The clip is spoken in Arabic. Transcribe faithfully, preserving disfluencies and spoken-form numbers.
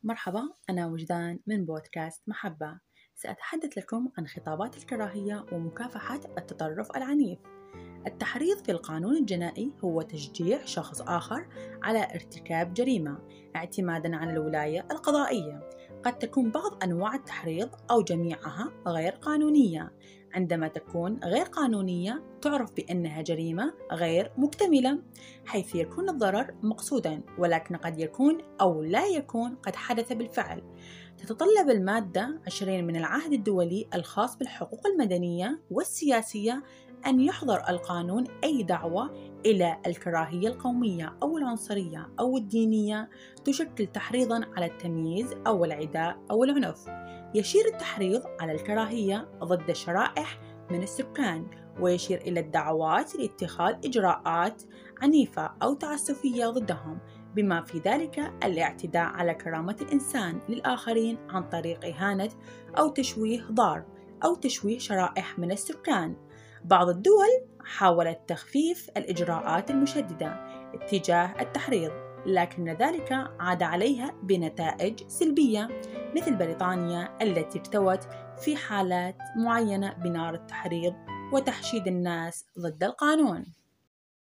مرحبا، أنا وجدان من بودكاست محبة. سأتحدث لكم عن خطابات الكراهية ومكافحة التطرف العنيف. التحريض في القانون الجنائي هو تشجيع شخص آخر على ارتكاب جريمة اعتماداً على الولاية القضائية. قد تكون بعض أنواع التحريض أو جميعها غير قانونية. عندما تكون غير قانونية تعرف بأنها جريمة غير مكتملة، حيث يكون الضرر مقصوداً ولكن قد يكون أو لا يكون قد حدث بالفعل. تتطلب المادة عشرين من العهد الدولي الخاص بالحقوق المدنية والسياسية أن يحظر القانون أي دعوة إلى الكراهية القومية أو العنصرية أو الدينية تشكل تحريضاً على التمييز أو العداء أو العنف. يشير التحريض على الكراهية ضد شرائح من السكان، ويشير إلى الدعوات لاتخاذ إجراءات عنيفة أو تعسفية ضدهم، بما في ذلك الاعتداء على كرامة الإنسان للآخرين عن طريق إهانة أو تشويه ضار أو تشويه شرائح من السكان. بعض الدول حاولت تخفيف الإجراءات المشددة اتجاه التحريض، لكن ذلك عاد عليها بنتائج سلبية، مثل بريطانيا التي ارتوت في حالات معينة بنار التحريض وتحشيد الناس ضد القانون.